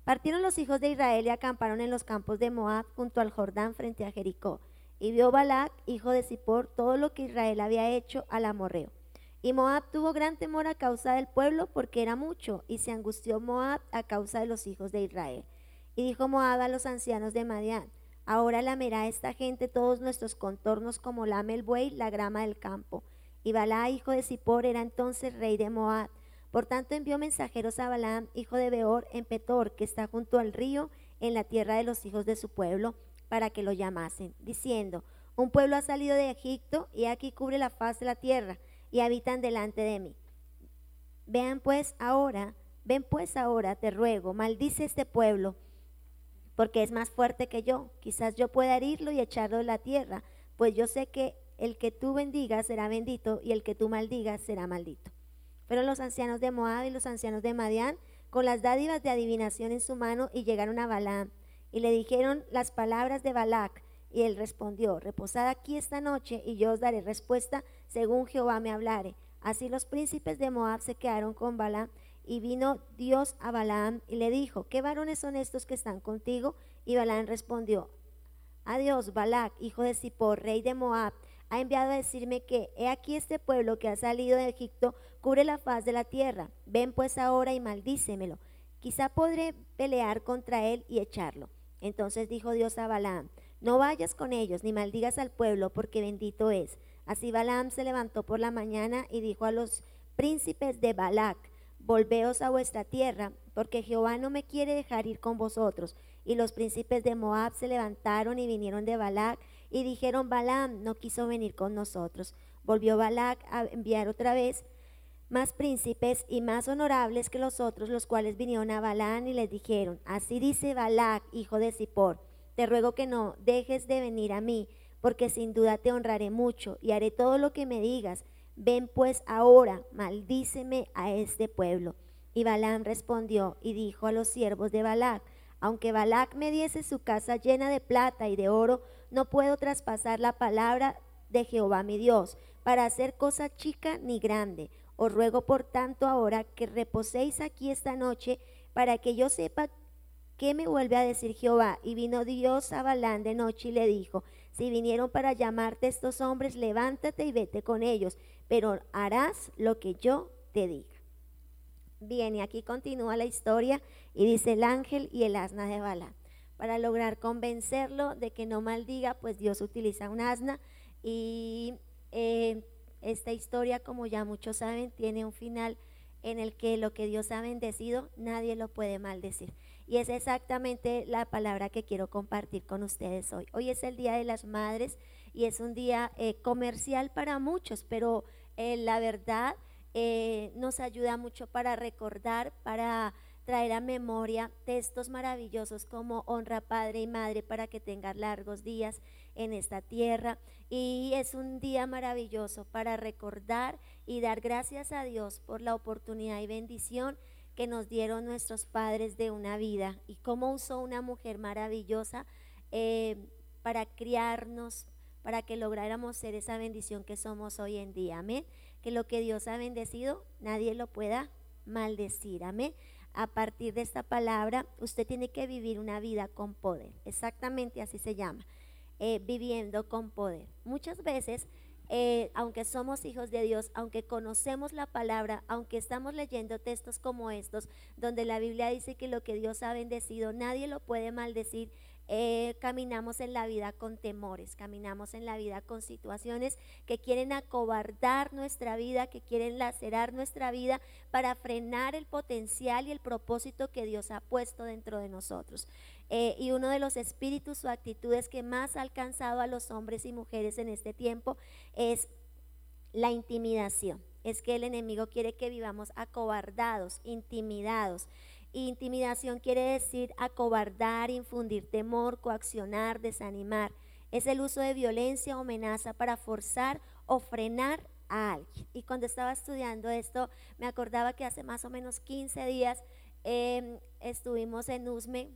Partieron los hijos de Israel y acamparon en los campos de Moab junto al Jordán frente a Jericó. Y vio Balac, hijo de Zippor, todo lo que Israel había hecho al amorreo. Y Moab tuvo gran temor a causa del pueblo porque era mucho, y se angustió Moab a causa de los hijos de Israel. Y dijo Moab a los ancianos de Madián: ahora lamerá esta gente todos nuestros contornos como lame el buey la grama del campo. Y Balac, hijo de Zippor, era entonces rey de Moab. Por tanto envió mensajeros a Balaam, hijo de Beor, en Petor, que está junto al río, en la tierra de los hijos de su pueblo, para que lo llamasen, diciendo: un pueblo ha salido de Egipto, y aquí cubre la faz de la tierra, y habitan delante de mí. Ven pues ahora, te ruego, maldice este pueblo, porque es más fuerte que yo. Quizás yo pueda herirlo y echarlo de la tierra, pues yo sé que el que tú bendigas será bendito, y el que tú maldigas será maldito. Fueron los ancianos de Moab y los ancianos de Madián con las dádivas de adivinación en su mano, y llegaron a Balaam y le dijeron las palabras de Balac. Y él respondió: reposad aquí esta noche, y yo os daré respuesta según Jehová me hablare. Así los príncipes de Moab se quedaron con Balaam. Y vino Dios a Balaam y le dijo: ¿qué varones son estos que están contigo? Y Balaam respondió: a Dios, Balac, hijo de Zippor, rey de Moab, ha enviado a decirme que he aquí este pueblo que ha salido de Egipto cubre la faz de la tierra. Ven pues ahora y maldícemelo. Quizá podré pelear contra él y echarlo. Entonces dijo Dios a Balaam: no vayas con ellos ni maldigas al pueblo, porque bendito es. Así Balaam se levantó por la mañana y dijo a los príncipes de Balac: volveos a vuestra tierra, porque Jehová no me quiere dejar ir con vosotros. Y los príncipes de Moab se levantaron y vinieron de Balac, y dijeron: Balaam no quiso venir con nosotros. Volvió Balac a enviar otra vez más príncipes y más honorables que los otros, los cuales vinieron a Balaam y les dijeron: así dice Balac, hijo de Zippor, te ruego que no dejes de venir a mí, porque sin duda te honraré mucho y haré todo lo que me digas. Ven pues ahora, maldíceme a este pueblo. Y Balaam respondió y dijo a los siervos de Balac: aunque Balac me diese su casa llena de plata y de oro, no puedo traspasar la palabra de Jehová mi Dios, para hacer cosa chica ni grande. Os ruego por tanto ahora que reposéis aquí esta noche, para que yo sepa qué me vuelve a decir Jehová. Y vino Dios a Balaam de noche y le dijo: si vinieron para llamarte estos hombres, levántate y vete con ellos, pero harás lo que yo te diga. Bien, y aquí continúa la historia y dice: el ángel y el asna de Balaam. Para lograr convencerlo de que no maldiga, pues Dios utiliza un asna. Y esta historia, como ya muchos saben, tiene un final en el que lo que Dios ha bendecido nadie lo puede maldecir. Y es exactamente la palabra que quiero compartir con ustedes hoy. Hoy es el Día de las Madres y es un día comercial para muchos, pero la verdad nos ayuda mucho para recordar, para traer a memoria textos maravillosos como: honra padre y madre para que tengas largos días en esta tierra. Y es un día maravilloso para recordar y dar gracias a Dios por la oportunidad y bendición que nos dieron nuestros padres de una vida, y cómo usó una mujer maravillosa para criarnos, para que lográramos ser esa bendición que somos hoy en día. Amén. Que lo que Dios ha bendecido nadie lo pueda maldecir. Amén. A partir de esta palabra, usted tiene que vivir una vida con poder. Exactamente así se llama, viviendo con poder. Muchas veces, aunque somos hijos de Dios, aunque conocemos la palabra, aunque estamos leyendo textos como estos, donde la Biblia dice que lo que Dios ha bendecido nadie lo puede maldecir, caminamos en la vida con temores, caminamos en la vida con situaciones que quieren acobardar nuestra vida, que quieren lacerar nuestra vida para frenar el potencial y el propósito que Dios ha puesto dentro de nosotros. Y uno de los espíritus o actitudes que más ha alcanzado a los hombres y mujeres en este tiempo es la intimidación. Es que el enemigo quiere que vivamos acobardados, intimidados. Y intimidación quiere decir acobardar, infundir temor, coaccionar, desanimar. Es el uso de violencia o amenaza para forzar o frenar a alguien. Y cuando estaba estudiando esto, me acordaba que hace más o menos 15 días estuvimos en Usme.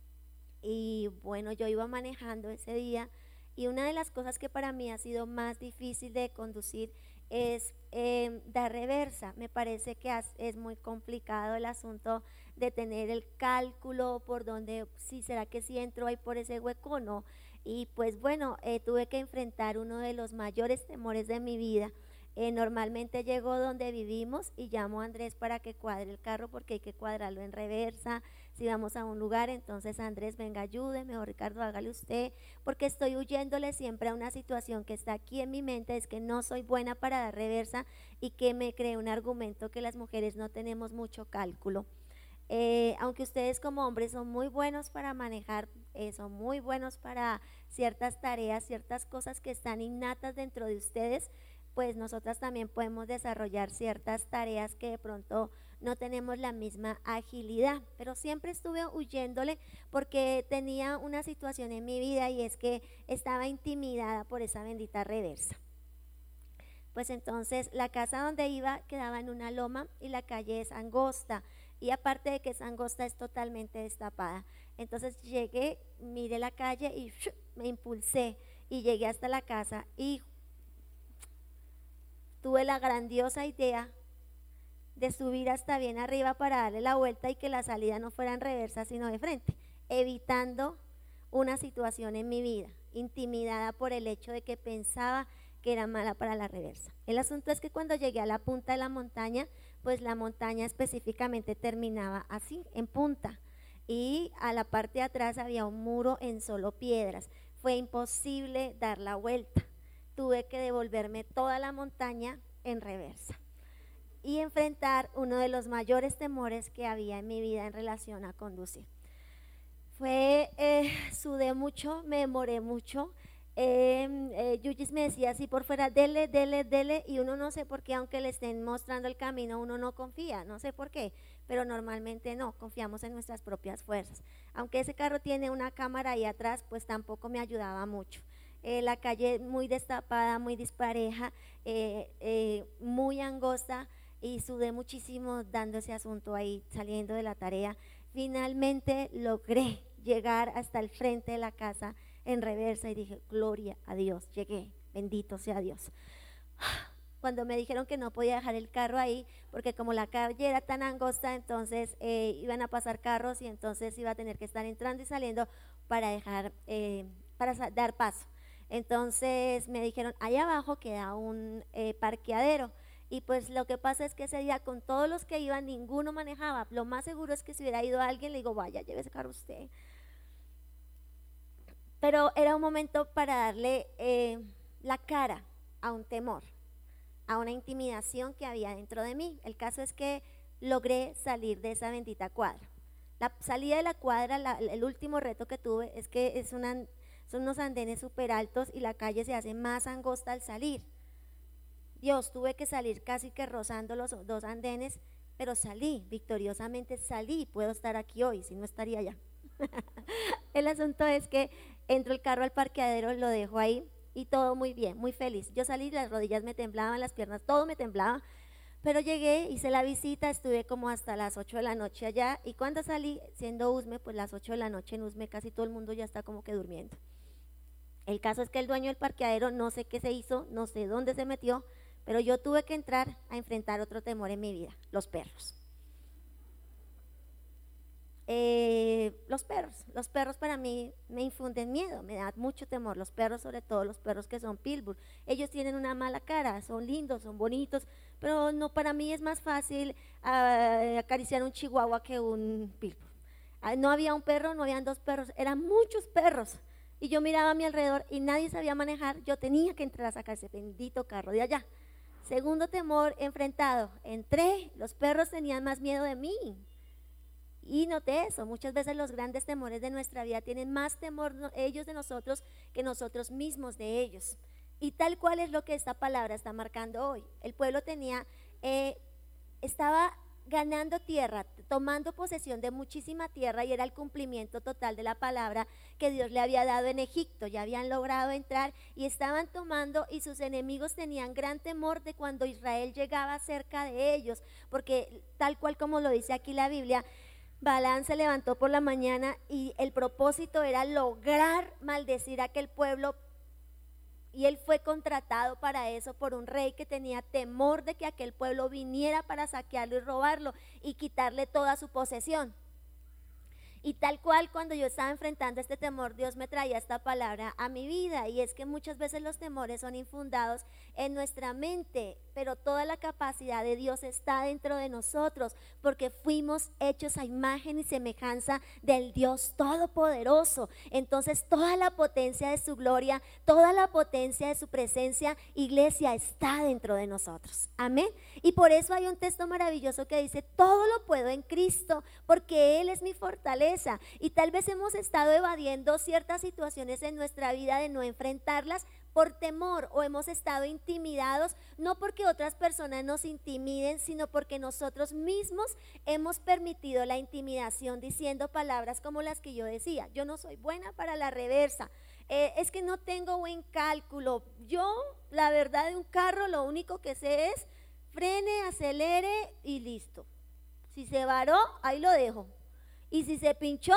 Y bueno, yo iba manejando ese día, y una de las cosas que para mí ha sido más difícil de conducir es dar reversa. Me parece que es muy complicado el asunto de tener el cálculo por donde, si será que si entro ahí por ese hueco o no. Y pues bueno, tuve que enfrentar uno de los mayores temores de mi vida. Normalmente llego donde vivimos y llamo a Andrés para que cuadre el carro porque hay que cuadrarlo en reversa. Si vamos a un lugar, entonces Andrés, venga, ayúdeme, o Ricardo, hágale usted, porque estoy huyéndole siempre a una situación que está aquí en mi mente, es que no soy buena para dar reversa y que me cree un argumento que las mujeres no tenemos mucho cálculo. Aunque ustedes como hombres son muy buenos para manejar, son muy buenos para ciertas tareas, ciertas cosas que están innatas dentro de ustedes, pues nosotras también podemos desarrollar ciertas tareas que de pronto no tenemos la misma agilidad, pero siempre estuve huyéndole porque tenía una situación en mi vida y es que estaba intimidada por esa bendita reversa. Pues entonces la casa donde iba quedaba en una loma y la calle es angosta, y aparte de que es angosta es totalmente destapada. Entonces llegué, miré la calle y me impulsé y llegué hasta la casa y tuve la grandiosa idea de subir hasta bien arriba para darle la vuelta y que la salida no fuera en reversa sino de frente, evitando una situación en mi vida, intimidada por el hecho de que pensaba que era mala para la reversa. El asunto es que cuando llegué a la punta de la montaña, pues la montaña específicamente terminaba así, en punta, y a la parte de atrás había un muro en solo piedras. Fue imposible dar la vuelta, tuve que devolverme toda la montaña en reversa y enfrentar uno de los mayores temores que había en mi vida en relación a conducir. Sudé mucho, me demoré mucho. Yuyis me decía así por fuera, dele, dele, dele, y uno no sé por qué, aunque le estén mostrando el camino, uno no confía, no sé por qué, pero normalmente no, confiamos en nuestras propias fuerzas. Aunque ese carro tiene una cámara ahí atrás, pues tampoco me ayudaba mucho. La calle muy destapada, muy dispareja, muy angosta, y sudé muchísimo dando ese asunto ahí, saliendo de la tarea. Finalmente logré llegar hasta el frente de la casa en reversa y dije, gloria a Dios, llegué, bendito sea Dios. Cuando me dijeron que no podía dejar el carro ahí, porque como la calle era tan angosta, entonces iban a pasar carros y entonces iba a tener que estar entrando y saliendo para dar paso. Entonces me dijeron, allá abajo queda un parqueadero. Y pues lo que pasa es que ese día con todos los que iban, ninguno manejaba. Lo más seguro es que si hubiera ido alguien, le digo, vaya, lleve ese carro usted. Pero era un momento para darle la cara a un temor, a una intimidación que había dentro de mí. El caso es que logré salir de esa bendita cuadra. La salida de la cuadra, el último reto que tuve es que son unos andenes súper altos y la calle se hace más angosta al salir. Dios, tuve que salir casi que rozando los dos andenes, pero salí, victoriosamente salí, puedo estar aquí hoy, si no estaría allá. El asunto es que entro el carro al parqueadero, lo dejo ahí y todo muy bien, muy feliz. Yo salí, las rodillas me temblaban, las piernas, todo me temblaba, pero llegué, hice la visita, estuve como hasta las 8 de la noche allá, y cuando salí, siendo Usme, pues las 8 de la noche en Usme casi todo el mundo ya está como que durmiendo. El caso es que el dueño del parqueadero, no sé qué se hizo, no sé dónde se metió, pero yo tuve que entrar a enfrentar otro temor en mi vida, los perros. Los perros para mí me infunden miedo, me da mucho temor. Los perros, sobre todo los perros que son pitbull, ellos tienen una mala cara, son lindos, son bonitos, pero no, para mí es más fácil acariciar un chihuahua que un pitbull. No había un perro, no habían dos perros, eran muchos perros, y yo miraba a mi alrededor y nadie sabía manejar. Yo tenía que entrar a sacar ese bendito carro de allá. Segundo temor enfrentado, entré, los perros tenían más miedo de mí. Y noté eso, muchas veces los grandes temores de nuestra vida tienen más temor ellos de nosotros que nosotros mismos de ellos. Y tal cual es lo que esta palabra está marcando hoy. El pueblo estaba ganando tierra, tomando posesión de muchísima tierra, y era el cumplimiento total de la palabra que Dios le había dado en Egipto. Ya habían logrado entrar y estaban tomando, y sus enemigos tenían gran temor de cuando Israel llegaba cerca de ellos, porque tal cual como lo dice aquí la Biblia, Balaam se levantó por la mañana y el propósito era lograr maldecir a aquel pueblo Y él fue contratado para eso por un rey que tenía temor de que aquel pueblo viniera para saquearlo y robarlo y quitarle toda su posesión. Y tal cual, cuando yo estaba enfrentando este temor, Dios me traía esta palabra a mi vida, y es que muchas veces los temores son infundados en nuestra mente, pero toda la capacidad de Dios está dentro de nosotros, porque fuimos hechos a imagen y semejanza del Dios Todopoderoso. Entonces toda la potencia de su gloria, toda la potencia de su presencia, iglesia, está dentro de nosotros. Amén. Y por eso hay un texto maravilloso que dice: todo lo puedo en Cristo, porque Él es mi fortaleza. Y tal vez hemos estado evadiendo ciertas situaciones en nuestra vida de no enfrentarlas por temor, o hemos estado intimidados, no porque otras personas nos intimiden, sino porque nosotros mismos hemos permitido la intimidación, diciendo palabras como las que yo decía: yo no soy buena para la reversa, es que no tengo buen cálculo, yo la verdad de un carro lo único que sé es frene, acelere y listo, si se varó ahí lo dejo, y si se pinchó,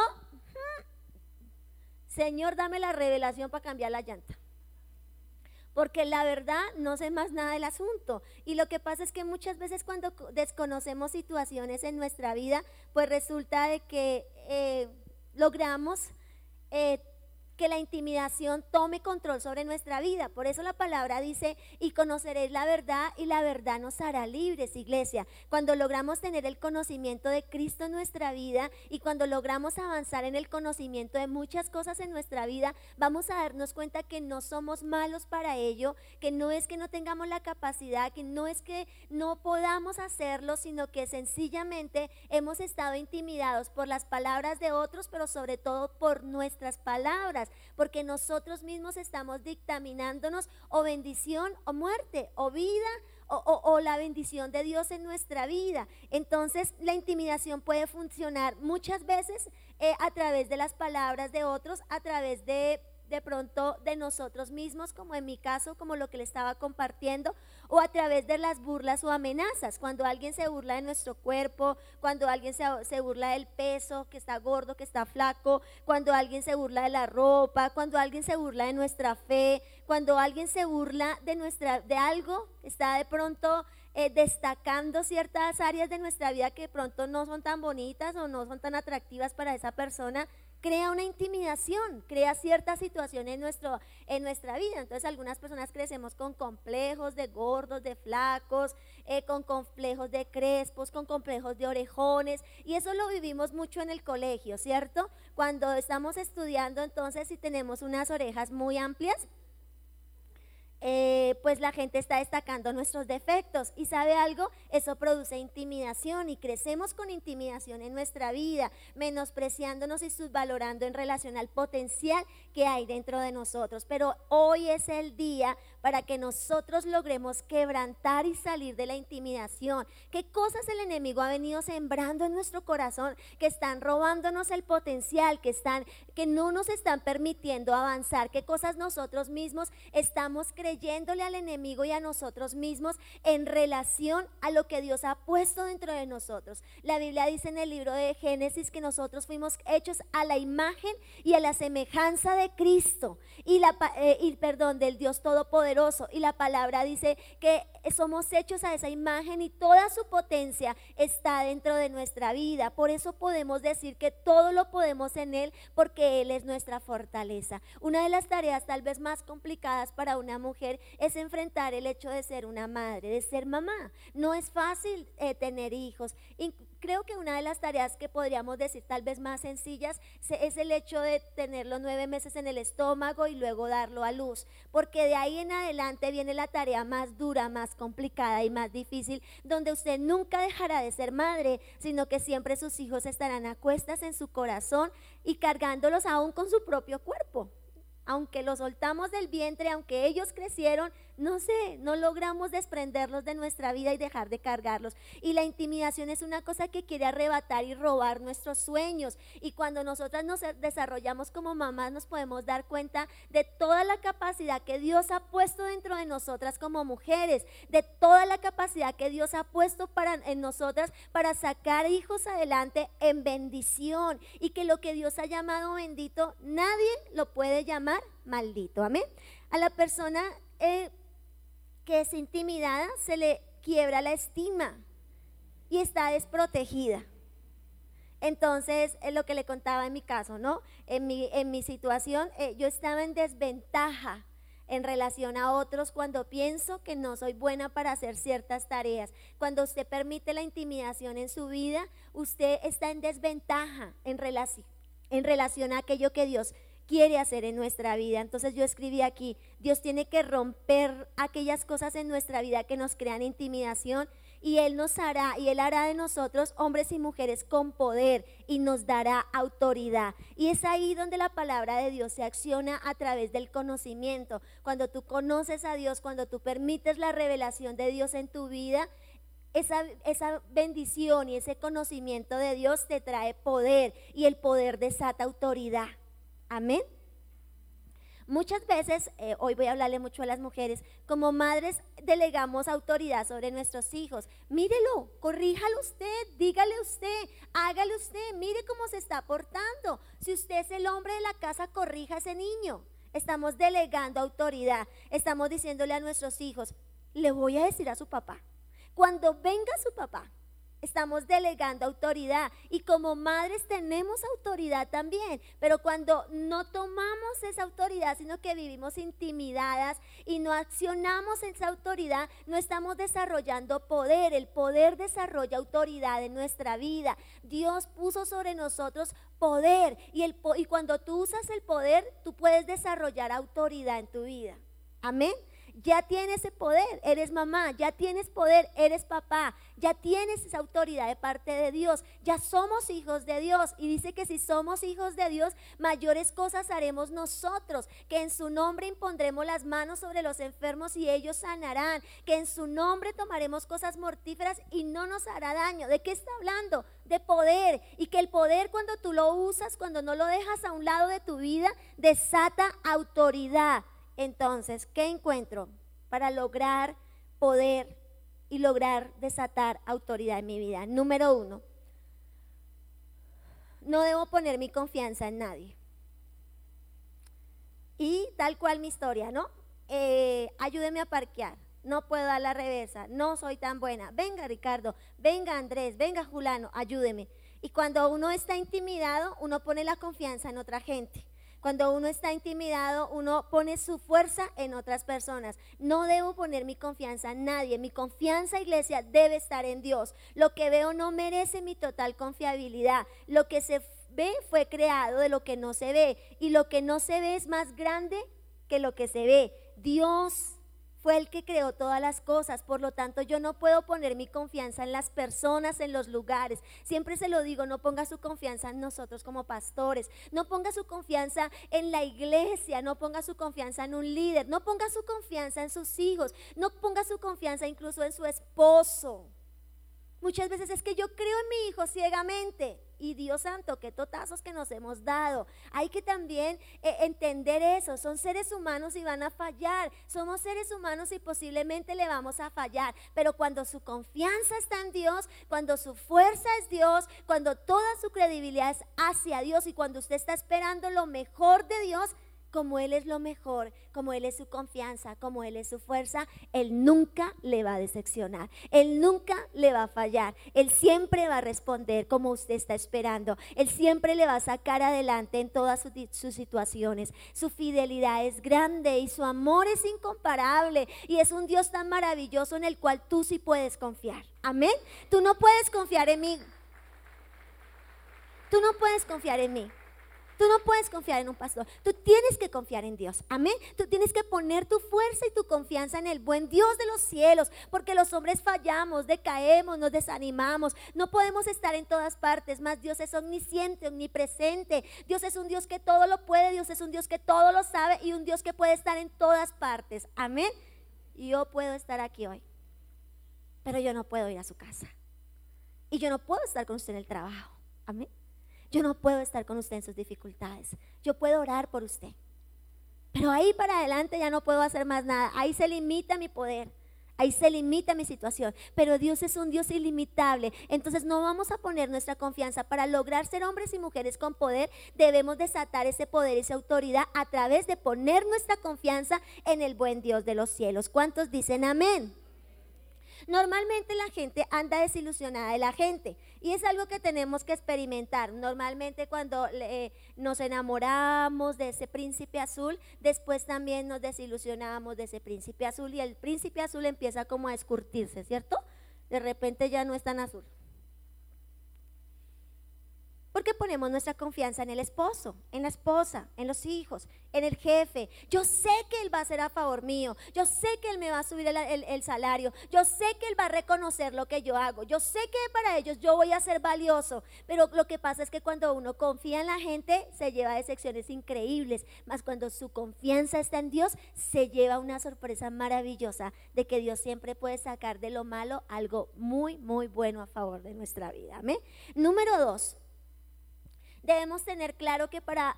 Señor, dame la revelación para cambiar la llanta. Porque la verdad no sé más nada del asunto. Y lo que pasa es que muchas veces cuando desconocemos situaciones en nuestra vida, pues resulta de que logramos que la intimidación tome control sobre nuestra vida. Por eso la palabra dice: y conoceréis la verdad, y la verdad nos hará libres, iglesia. Cuando logramos tener el conocimiento de Cristo en nuestra vida, y cuando logramos avanzar en el conocimiento de muchas cosas en nuestra vida, vamos a darnos cuenta que no somos malos para ello, que no es que no tengamos la capacidad, que no es que no podamos hacerlo, sino que sencillamente hemos estado intimidados por las palabras de otros, pero sobre todo por nuestras palabras, porque nosotros mismos estamos dictaminándonos o bendición o muerte, o vida o la bendición de Dios en nuestra vida. Entonces la intimidación puede funcionar muchas veces a través de las palabras de otros, a través de pronto de nosotros mismos, como en mi caso, como lo que le estaba compartiendo, o a través de las burlas o amenazas. Cuando alguien se burla de nuestro cuerpo, cuando alguien se burla del peso, que está gordo, que está flaco, cuando alguien se burla de la ropa, cuando alguien se burla de nuestra fe, cuando alguien se burla de algo, está de pronto destacando ciertas áreas de nuestra vida que de pronto no son tan bonitas o no son tan atractivas para esa persona, crea una intimidación, crea cierta situación en nuestra vida. Entonces algunas personas crecemos con complejos de gordos, de flacos, con complejos de crespos, con complejos de orejones, y eso lo vivimos mucho en el colegio, ¿cierto? Cuando estamos estudiando, entonces, si tenemos unas orejas muy amplias, pues la gente está destacando nuestros defectos, y ¿sabe algo? Eso produce intimidación, y crecemos con intimidación en nuestra vida, menospreciándonos y subvalorando en relación al potencial que hay dentro de nosotros. Pero hoy es el día para que nosotros logremos quebrantar y salir de la intimidación. ¿Qué cosas el enemigo ha venido sembrando en nuestro corazón que están robándonos el potencial, que no nos están permitiendo avanzar? ¿Qué cosas nosotros mismos estamos creyéndole al enemigo y a nosotros mismos en relación a lo que Dios ha puesto dentro de nosotros? La Biblia dice en el libro de Génesis que nosotros fuimos hechos a la imagen y a la semejanza de Cristo del Dios Todopoderoso, y la palabra dice que somos hechos a esa imagen y toda su potencia está dentro de nuestra vida. Por eso podemos decir que todo lo podemos en Él, porque Él es nuestra fortaleza. Una de las tareas tal vez más complicadas para una mujer es enfrentar el hecho de ser una madre, de ser mamá. No es fácil tener hijos. Y creo que una de las tareas que podríamos decir tal vez más sencillas es el hecho de tener los 9 meses en el estómago y luego darlo a luz, porque de ahí en adelante viene la tarea más dura, más complicada y más difícil, donde usted nunca dejará de ser madre, sino que siempre sus hijos estarán a cuestas en su corazón y cargándolos aún con su propio cuerpo. Aunque los soltamos del vientre, aunque ellos crecieron, no sé, no logramos desprenderlos de nuestra vida y dejar de cargarlos. Y la intimidación es una cosa que quiere arrebatar y robar nuestros sueños. Y cuando nosotras nos desarrollamos como mamás, nos podemos dar cuenta de toda la capacidad que Dios ha puesto dentro de nosotras como mujeres, de toda la capacidad que Dios ha puesto en nosotras para sacar hijos adelante en bendición. Y que lo que Dios ha llamado bendito, nadie lo puede llamar maldito. Amén. A la persona que es intimidada se le quiebra la estima y está desprotegida. Entonces, es lo que le contaba en mi caso, ¿no? En mi situación, yo estaba en desventaja en relación a otros cuando pienso que no soy buena para hacer ciertas tareas. Cuando usted permite la intimidación en su vida, usted está en desventaja en relación a aquello que Dios quiere hacer en nuestra vida. Entonces yo escribí aquí, Dios tiene que romper aquellas cosas en nuestra vida que nos crean intimidación, y Él hará de nosotros hombres y mujeres con poder y nos dará autoridad. Y es ahí donde la palabra de Dios se acciona a través del conocimiento. Cuando tú conoces a Dios, cuando tú permites la revelación de Dios en tu vida, esa bendición y ese conocimiento de Dios te trae poder, y el poder desata autoridad. Amén. Muchas veces, hoy voy a hablarle mucho a las mujeres, como madres delegamos autoridad sobre nuestros hijos. Mírelo, corríjalo usted, dígale usted, hágale usted, mire cómo se está portando. Si usted es el hombre de la casa, corrija a ese niño. Estamos delegando autoridad, estamos diciéndole a nuestros hijos, le voy a decir a su papá. Cuando venga su papá, estamos delegando autoridad, y como madres tenemos autoridad también, pero cuando no tomamos esa autoridad, sino que vivimos intimidadas y no accionamos esa autoridad, no estamos desarrollando poder. El poder desarrolla autoridad en nuestra vida. Dios puso sobre nosotros poder, y cuando tú usas el poder, tú puedes desarrollar autoridad en tu vida. Amén. Ya tienes ese poder, eres mamá, ya tienes poder, eres papá, ya tienes esa autoridad de parte de Dios, ya somos hijos de Dios, y dice que si somos hijos de Dios, mayores cosas haremos nosotros, que en su nombre impondremos las manos sobre los enfermos y ellos sanarán, que en su nombre tomaremos cosas mortíferas y no nos hará daño. ¿De qué está hablando? De poder, y que el poder, cuando tú lo usas, cuando no lo dejas a un lado de tu vida, desata autoridad. Entonces, ¿qué encuentro para lograr poder y lograr desatar autoridad en mi vida? Número 1, no debo poner mi confianza en nadie. Y tal cual mi historia, ¿no? Ayúdeme a parquear, no puedo dar la reversa, no soy tan buena. Venga Ricardo, venga Andrés, venga Julano, ayúdeme. Y cuando uno está intimidado, uno pone la confianza en otra gente. Cuando uno está intimidado, uno pone su fuerza en otras personas. No debo poner mi confianza en nadie. Mi confianza, iglesia, debe estar en Dios. Lo que veo no merece mi total confiabilidad. Lo que se ve fue creado de lo que no se ve, y lo que no se ve es más grande que lo que se ve. Dios fue el que creó todas las cosas, por lo tanto yo no puedo poner mi confianza en las personas, en los lugares. Siempre se lo digo, no ponga su confianza en nosotros como pastores, no ponga su confianza en la iglesia, no ponga su confianza en un líder, no ponga su confianza en sus hijos, no ponga su confianza incluso en su esposo. Muchas veces es que yo creo en mi hijo ciegamente, y Dios santo, qué totazos que nos hemos dado. Hay que también entender eso. Son seres humanos y van a fallar. Somos seres humanos y posiblemente le vamos a fallar. Pero cuando su confianza está en Dios, cuando su fuerza es Dios, cuando toda su credibilidad es hacia Dios, y cuando usted está esperando lo mejor de Dios, como Él es lo mejor, como Él es su confianza, como Él es su fuerza, Él nunca le va a decepcionar, Él nunca le va a fallar, Él siempre va a responder como usted está esperando, Él siempre le va a sacar adelante en todas sus situaciones. Su fidelidad es grande y su amor es incomparable, y es un Dios tan maravilloso en el cual tú sí puedes confiar. Amén. Tú no puedes confiar en mí. Tú no puedes confiar en mí. Tú no puedes confiar en un pastor, tú tienes que confiar en Dios, amén. Tú tienes que poner tu fuerza y tu confianza en el buen Dios de los cielos, porque los hombres fallamos, decaemos, nos desanimamos, no podemos estar en todas partes, mas Dios es omnisciente, omnipresente. Dios es un Dios que todo lo puede, Dios es un Dios que todo lo sabe, y un Dios que puede estar en todas partes, amén. yo puedo estar aquí hoy, pero yo no puedo ir a su casa. Y yo no puedo estar con usted en el trabajo. Amén. Yo no puedo estar con usted en sus dificultades. Yo puedo orar por usted, pero ahí para adelante ya no puedo hacer más nada. Ahí se limita mi poder. Ahí se limita mi situación, pero Dios es un Dios ilimitable. Entonces no vamos a poner nuestra confianza. Para lograr ser hombres y mujeres con poder, debemos desatar ese poder y esa autoridad a través de poner nuestra confianza en el buen Dios de los cielos. ¿Cuántos dicen amén? Normalmente la gente anda desilusionada de la gente y es algo que tenemos que experimentar. Normalmente cuando nos enamoramos de ese príncipe azul, después también nos desilusionamos de ese príncipe azul y el príncipe azul empieza como a escurrirse, ¿cierto? De repente ya no es tan azul. Porque ponemos nuestra confianza en el esposo, en la esposa, en los hijos, en el jefe. Yo sé que él va a ser a favor mío. Yo sé que él me va a subir el salario. Yo sé que él va a reconocer lo que yo hago. Yo sé que para ellos yo voy a ser valioso. Pero lo que pasa es que cuando uno confía en la gente, se lleva decepciones increíbles. Mas cuando su confianza está en Dios, se lleva una sorpresa maravillosa de que Dios siempre puede sacar de lo malo algo muy, muy bueno a favor de nuestra vida. ¿Amén? Número 2. Debemos tener claro que para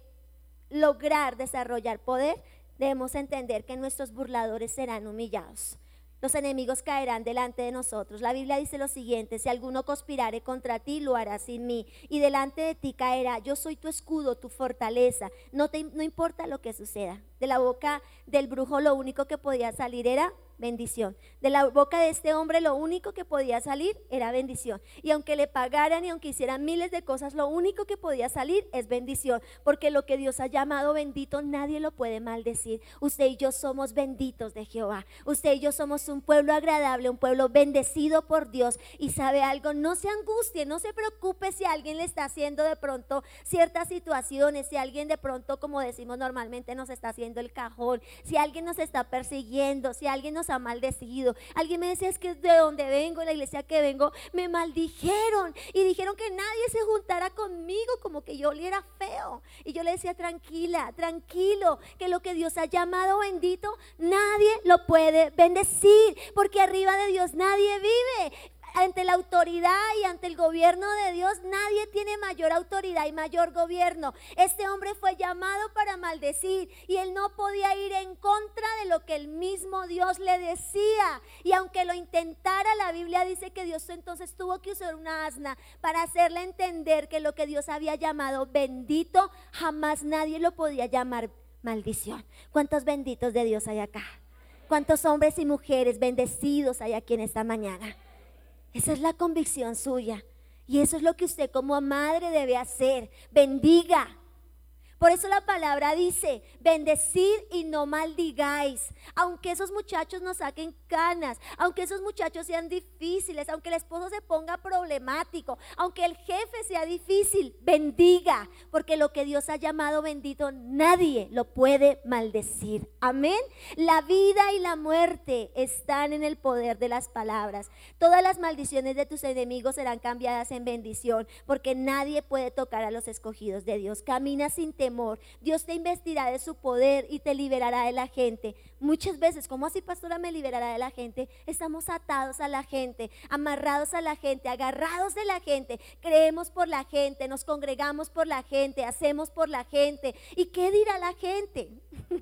lograr desarrollar poder, debemos entender que nuestros burladores serán humillados. Los enemigos caerán delante de nosotros. La Biblia dice lo siguiente: si alguno conspirare contra ti, lo hará sin mí, y delante de ti caerá. Yo soy tu escudo, tu fortaleza. No importa lo que suceda. De la boca del brujo lo único que podía salir era bendición. De la boca de este hombre lo único que podía salir era bendición. Y aunque le pagaran y aunque hicieran miles de cosas, lo único que podía salir es bendición. Porque lo que Dios ha llamado bendito, nadie lo puede maldecir. Usted y yo somos benditos de Jehová. Usted y yo somos un pueblo agradable, un pueblo bendecido por Dios. Y sabe algo, no se angustie, no se preocupe si alguien le está haciendo de pronto ciertas situaciones, si alguien de pronto, como decimos normalmente, nos está haciendo el cajón, si alguien nos está persiguiendo, si alguien nos ha maldecido. Alguien me decía: es que de donde vengo, la iglesia que vengo, me maldijeron y dijeron que nadie se juntara conmigo, como que yo oliera feo. Y yo le decía: tranquila, tranquilo, que lo que Dios ha llamado bendito, nadie lo puede bendecir, porque arriba de Dios nadie vive. Ante la autoridad y ante el gobierno de Dios, nadie tiene mayor autoridad y mayor gobierno. Este hombre fue llamado para maldecir y él no podía ir en contra de lo que el mismo Dios le decía. Y aunque lo intentara, la Biblia dice que Dios entonces tuvo que usar una asna para hacerle entender que lo que Dios había llamado bendito, jamás nadie lo podía llamar maldición. ¿Cuántos benditos de Dios hay acá? ¿Cuántos hombres y mujeres bendecidos hay aquí en esta mañana? Esa es la convicción suya y eso es lo que usted como madre debe hacer. Bendiga. Por eso la palabra dice: bendecid y no maldigáis. Aunque esos muchachos nos saquen canas, aunque esos muchachos sean difíciles, aunque el esposo se ponga problemático, aunque el jefe sea difícil, bendiga, porque lo que Dios ha llamado bendito, nadie lo puede maldecir. Amén. La vida y la muerte están en el poder de las palabras. Todas las maldiciones de tus enemigos serán cambiadas en bendición, porque nadie puede tocar a los escogidos de Dios. Camina sin temor. Dios te investirá de su poder y te liberará de la gente. Muchas veces, ¿cómo así, pastora, me liberará de la gente? Estamos atados a la gente, amarrados a la gente, agarrados de la gente. Creemos por la gente, nos congregamos por la gente, hacemos por la gente. ¿Y qué dirá la gente?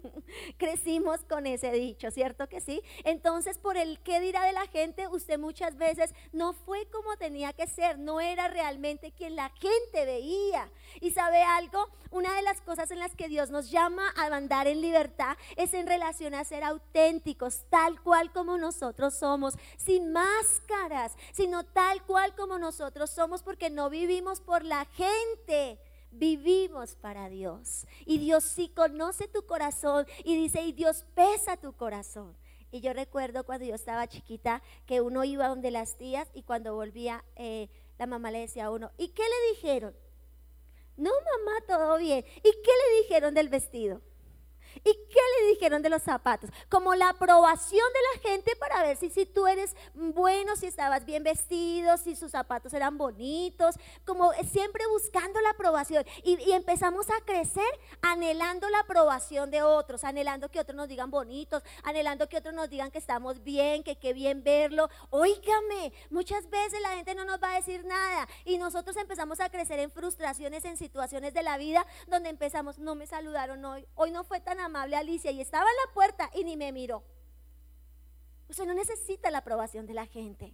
Crecimos con ese dicho, ¿cierto que sí? Entonces, por el qué dirá de la gente, usted muchas veces no fue como tenía que ser, no era realmente quien la gente veía. Y ¿sabe algo? Una de las cosas en las que Dios nos llama a andar en libertad es en relación a ser auténticos, tal cual como nosotros somos, sin máscaras, sino tal cual como nosotros somos, porque no vivimos por la gente, vivimos para Dios. Y Dios sí conoce tu corazón y dice, y Dios pesa tu corazón. Y yo recuerdo cuando yo estaba chiquita que uno iba donde las tías y cuando volvía la mamá le decía a uno, ¿y qué le dijeron? No, mamá, todo bien. ¿Y qué le dijeron del vestido? ¿Y qué le dijeron de los zapatos? Como la aprobación de la gente para ver si tú eres bueno, si estabas bien vestido, si sus zapatos eran bonitos, como siempre buscando la aprobación. Y empezamos a crecer anhelando la aprobación de otros, anhelando que otros nos digan bonitos, anhelando que otros nos digan que estamos bien, que qué bien verlo. Óigame, muchas veces la gente no nos va a decir nada y nosotros empezamos a crecer en frustraciones, en situaciones de la vida donde empezamos, no me saludaron hoy no fue tan amable Alicia y estaba en la puerta y ni me miró. Usted no necesita la aprobación de la gente.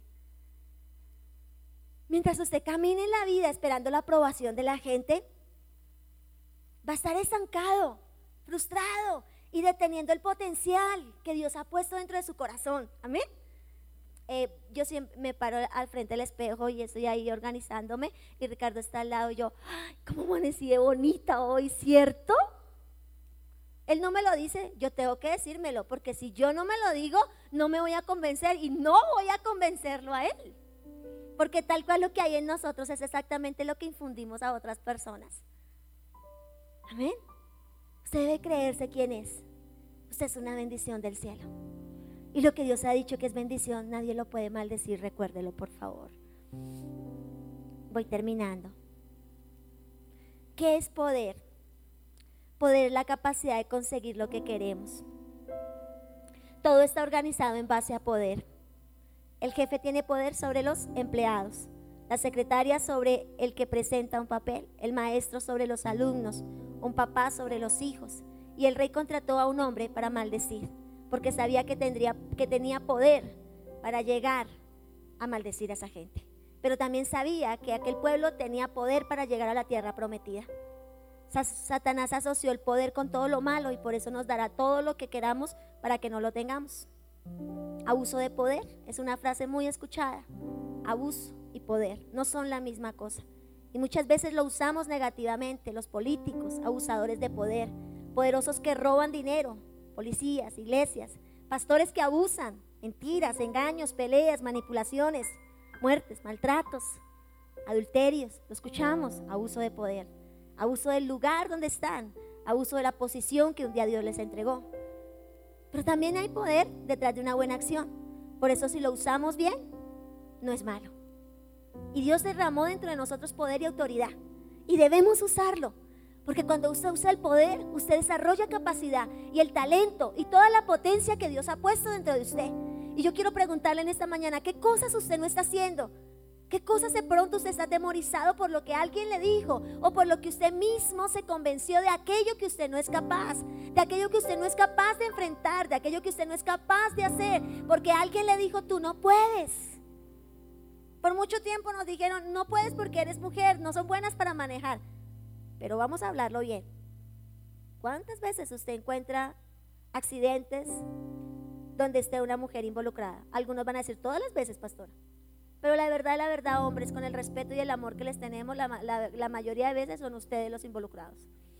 Mientras usted camine en la vida esperando la aprobación de la gente, va a estar estancado, frustrado y deteniendo el potencial que Dios ha puesto dentro de su corazón. Amén. Yo siempre me paro al frente del espejo y estoy ahí organizándome y Ricardo está al lado y yo, ¡ay, cómo amanecí de bonita hoy! ¿Cierto? Él no me lo dice, yo tengo que decírmelo, porque si yo no me lo digo, no me voy a convencer y no voy a convencerlo a él. Porque tal cual lo que hay en nosotros es exactamente lo que infundimos a otras personas. Amén. Usted debe creerse quién es. Usted es una bendición del cielo. Y lo que Dios ha dicho que es bendición, nadie lo puede maldecir, recuérdelo por favor. Voy terminando. ¿Qué es poder? Poder es la capacidad de conseguir lo que queremos. Todo está organizado en base a poder. El jefe tiene poder sobre los empleados, la secretaria sobre el que presenta un papel, el maestro sobre los alumnos, un papá sobre los hijos. Y el rey contrató a un hombre para maldecir, porque sabía que tenía poder para llegar a maldecir a esa gente. Pero también sabía que aquel pueblo tenía poder para llegar a la tierra prometida. Satanás asoció el poder con todo lo malo y por eso nos dará todo lo que queramos para que no lo tengamos. Abuso de poder es una frase muy escuchada. Abuso y poder no son la misma cosa. Y muchas veces lo usamos negativamente. Los políticos, abusadores de poder, poderosos que roban dinero, policías, iglesias, pastores que abusan, mentiras, engaños, peleas, manipulaciones, muertes, maltratos, adulterios. Lo escuchamos, abuso de poder. Abuso del lugar donde están, abuso de la posición que un día Dios les entregó. Pero también hay poder detrás de una buena acción. Por eso si lo usamos bien, no es malo. Y Dios derramó dentro de nosotros poder y autoridad. Y debemos usarlo. Porque cuando usted usa el poder, usted desarrolla capacidad y el talento y toda la potencia que Dios ha puesto dentro de usted. Y yo quiero preguntarle en esta mañana, ¿qué cosas usted no está haciendo? ¿Qué cosas de pronto usted está atemorizado por lo que alguien le dijo o por lo que usted mismo se convenció de aquello que usted no es capaz, de aquello que usted no es capaz de enfrentar, de aquello que usted no es capaz de hacer, porque alguien le dijo tú no puedes? Por mucho tiempo nos dijeron no puedes porque eres mujer, no son buenas para manejar. Pero vamos a hablarlo bien. ¿Cuántas veces usted encuentra accidentes donde esté una mujer involucrada? Algunos van a decir todas las veces, pastora. Pero la verdad, hombres, con el respeto y el amor que les tenemos, la mayoría de veces son ustedes los involucrados.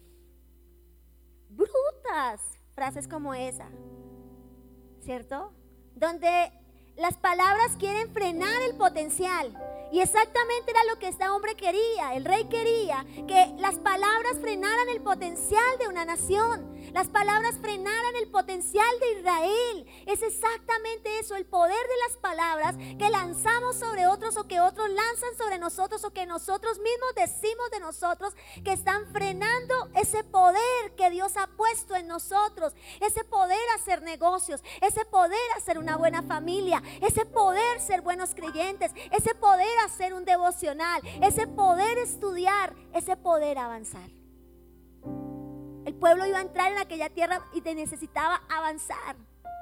Brutas, frases como esa, ¿cierto? Donde las palabras quieren frenar el potencial. Y exactamente era lo que este hombre quería. El rey quería que las palabras frenaran el potencial de una nación. Las palabras frenaran el potencial de Israel. Es exactamente eso, el poder de las palabras que lanzamos sobre otros o que otros lanzan sobre nosotros o que nosotros mismos decimos de nosotros, que están frenando ese poder que Dios ha puesto en nosotros. Ese poder a hacer negocios, ese poder a ser una buena familia, ese poder ser buenos creyentes, ese poder hacer un devocional, ese poder estudiar, ese poder avanzar. El pueblo iba a entrar en aquella tierra y necesitaba avanzar.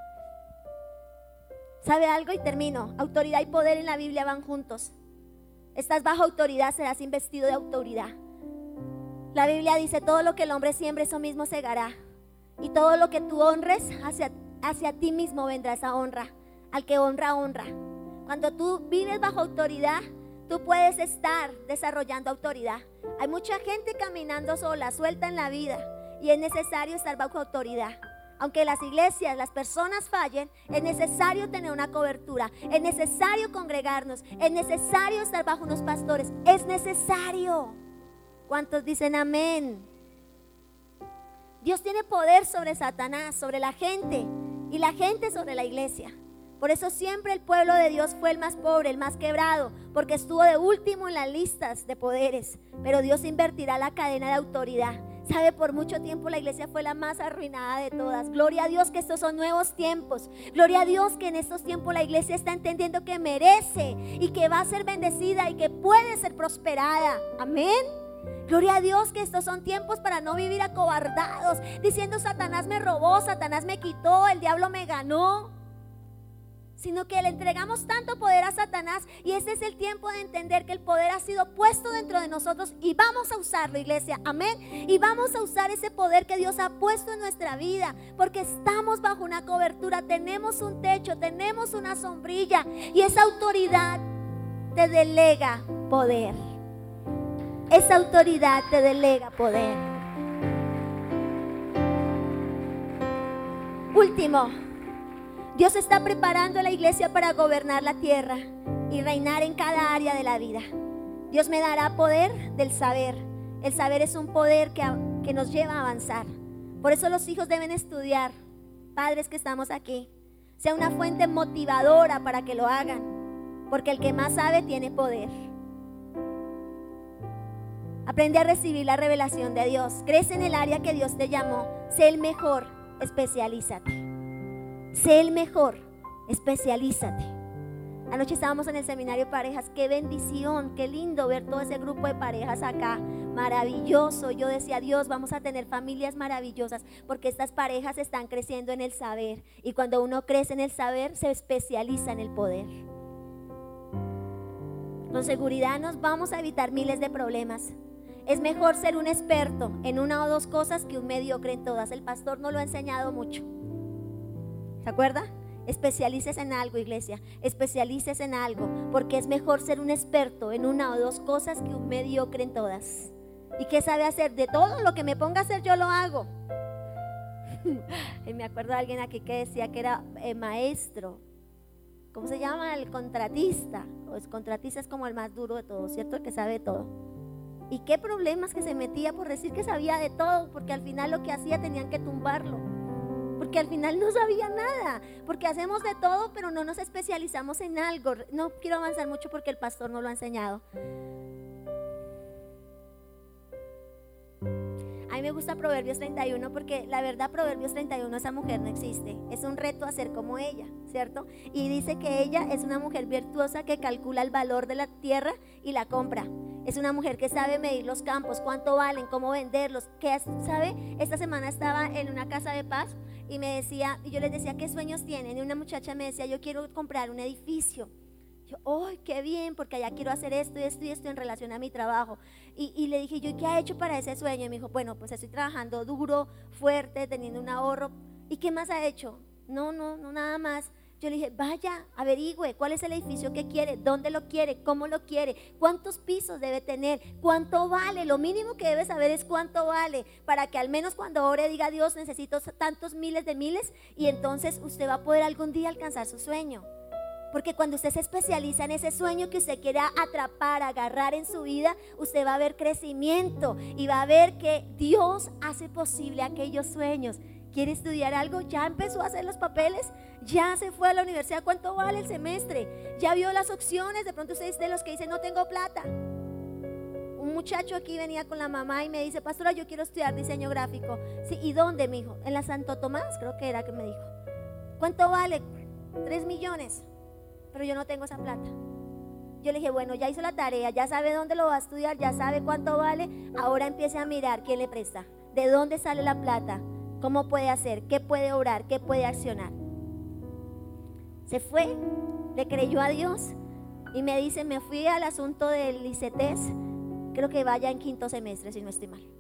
¿Sabe algo? Y termino. Autoridad y poder en la Biblia van juntos. Estás bajo autoridad, serás investido de autoridad. La Biblia dice: todo lo que el hombre siembre, eso mismo segará. Y todo lo que tú honres, hacia ti mismo vendrá esa honra. Al que honra, honra. Cuando tú vives bajo autoridad, tú puedes estar desarrollando autoridad. Hay mucha gente caminando sola, suelta en la vida, y es necesario estar bajo autoridad. Aunque las iglesias, las personas fallen, es necesario tener una cobertura, es necesario congregarnos, es necesario estar bajo unos pastores, es necesario. ¿Cuántos dicen amén? Dios tiene poder sobre Satanás, sobre la gente, y la gente sobre la iglesia. Por eso siempre el pueblo de Dios fue el más pobre, el más quebrado, porque estuvo de último en las listas de poderes. Pero Dios invertirá la cadena de autoridad. Sabe, por mucho tiempo la iglesia fue la más arruinada de todas. Gloria a Dios que estos son nuevos tiempos. Gloria a Dios que en estos tiempos la iglesia está entendiendo que merece y que va a ser bendecida y que puede ser prosperada. Amén. Gloria a Dios que estos son tiempos para no vivir acobardados, diciendo Satanás me robó, Satanás me quitó, el diablo me ganó. Sino que le entregamos tanto poder a Satanás, y este es el tiempo de entender que el poder ha sido puesto dentro de nosotros y vamos a usarlo, iglesia, amén. Y vamos a usar ese poder que Dios ha puesto en nuestra vida, porque estamos bajo una cobertura, tenemos un techo, tenemos una sombrilla, y esa autoridad te delega poder. Esa autoridad te delega poder. Último, Dios está preparando a la iglesia para gobernar la tierra y reinar en cada área de la vida. Dios me dará poder del saber. El saber es un poder que nos lleva a avanzar. Por eso los hijos deben estudiar. Padres que estamos aquí, sea una fuente motivadora para que lo hagan, porque el que más sabe tiene poder. Aprende a recibir la revelación de Dios. Crece en el área que Dios te llamó. Sé el mejor, especialízate. Sé el mejor, especialízate. Anoche estábamos en el seminario de parejas. Qué bendición, qué lindo ver todo ese grupo de parejas acá. Maravilloso. Yo decía, Dios, vamos a tener familias maravillosas, porque estas parejas están creciendo en el saber. Y cuando uno crece en el saber, se especializa en el poder. Con seguridad nos vamos a evitar miles de problemas. Es mejor ser un experto en una o dos cosas que un mediocre en todas. El pastor nos lo ha enseñado mucho. ¿Se acuerda? Especialícese en algo, iglesia. Especialícese en algo, porque es mejor ser un experto en una o dos cosas que un mediocre en todas. ¿Y qué sabe hacer? De todo lo que me ponga a hacer yo lo hago. Y me acuerdo de alguien aquí que decía que era maestro. ¿Cómo se llama? El contratista. O el contratista es como el más duro de todos, ¿cierto? El que sabe de todo. Y qué problemas que se metía por decir que sabía de todo, porque al final lo que hacía tenían que tumbarlo. Porque al final no sabía nada, porque hacemos de todo, pero no nos especializamos en algo. No quiero avanzar mucho porque el pastor nos lo ha enseñado. A mí me gusta Proverbios 31 porque la verdad Proverbios 31, esa mujer no existe. Es un reto a ser como ella, ¿cierto? Y dice que ella es una mujer virtuosa que calcula el valor de la tierra y la compra. Es una mujer que sabe medir los campos, cuánto valen, cómo venderlos. ¿Qué sabe? Esta semana estaba en una casa de paz y me decía, y yo les decía, ¿qué sueños tienen? Y una muchacha me decía, yo quiero comprar un edificio. Yo, ¡ay, qué bien! Porque allá quiero hacer esto y esto y esto en relación a mi trabajo. Y le dije, ¿yo qué ha hecho para ese sueño? Y me dijo, bueno, pues estoy trabajando duro, fuerte, teniendo un ahorro. ¿Y qué más ha hecho? No, nada más. Yo le dije, vaya, averigüe cuál es el edificio que quiere, dónde lo quiere, cómo lo quiere, cuántos pisos debe tener, cuánto vale. Lo mínimo que debe saber es cuánto vale, para que al menos cuando ore diga, Dios, necesito tantos miles de miles, y entonces usted va a poder algún día alcanzar su sueño. Porque cuando usted se especializa en ese sueño que usted quiera atrapar, agarrar en su vida, usted va a ver crecimiento y va a ver que Dios hace posible aquellos sueños. ¿Quiere estudiar algo? Ya empezó a hacer los papeles, ya se fue a la universidad. ¿Cuánto vale el semestre? Ya vio las opciones. De pronto usted es de los que dicen, no tengo plata. Un muchacho aquí venía con la mamá y me dice, pastora, yo quiero estudiar diseño gráfico. Sí, ¿y dónde, mijo? En la Santo Tomás, creo que era que me dijo. ¿Cuánto vale? 3 millones. Pero yo no tengo esa plata. Yo le dije, bueno, ya hizo la tarea, ya sabe dónde lo va a estudiar, ya sabe cuánto vale. Ahora empiece a mirar quién le presta, de dónde sale la plata, cómo puede hacer, qué puede obrar, qué puede accionar. Se fue, le creyó a Dios y me dice, me fui al asunto del ICETES, creo que vaya en 5º semestre, si no estoy mal.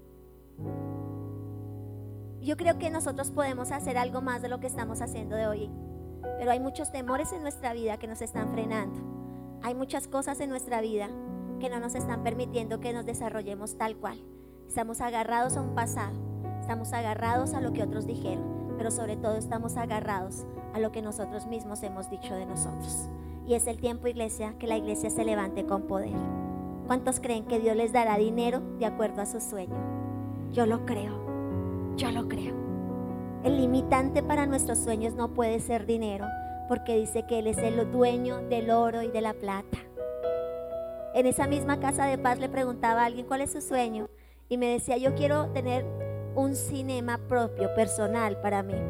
Yo creo que nosotros podemos hacer algo más de lo que estamos haciendo de hoy. Pero hay muchos temores en nuestra vida que nos están frenando. Hay muchas cosas en nuestra vida que no nos están permitiendo que nos desarrollemos tal cual. Estamos agarrados a un pasado, estamos agarrados a lo que otros dijeron, pero sobre todo estamos agarrados a lo que nosotros mismos hemos dicho de nosotros. Y es el tiempo, iglesia, que la iglesia se levante con poder. ¿Cuántos creen que Dios les dará dinero de acuerdo a su sueño? Yo lo creo. Yo lo creo. El limitante para nuestros sueños no puede ser dinero, porque dice que Él es el dueño del oro y de la plata. En esa misma casa de paz le preguntaba a alguien cuál es su sueño y me decía, yo quiero tener un cinema propio, personal para mí.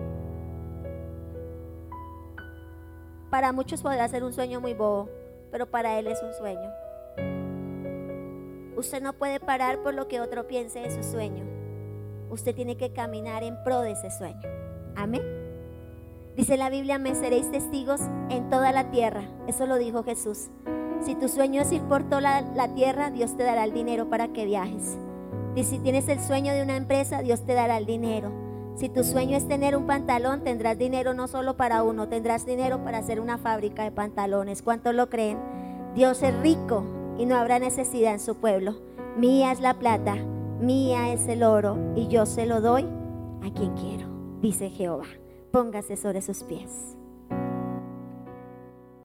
Para muchos podrá ser un sueño muy bobo, pero para él es un sueño. Usted no puede parar por lo que otro piense de su sueño. Usted tiene que caminar en pro de ese sueño. Amén. Dice la Biblia, me seréis testigos en toda la tierra. Eso lo dijo Jesús. Si tu sueño es ir por toda la tierra, Dios te dará el dinero para que viajes. Y si tienes el sueño de una empresa, Dios te dará el dinero. Si tu sueño es tener un pantalón, tendrás dinero no solo para uno, tendrás dinero para hacer una fábrica de pantalones. ¿Cuántos lo creen? Dios es rico y no habrá necesidad en su pueblo. Mía es la plata, mía es el oro, y yo se lo doy a quien quiero, dice Jehová. Póngase sobre sus pies.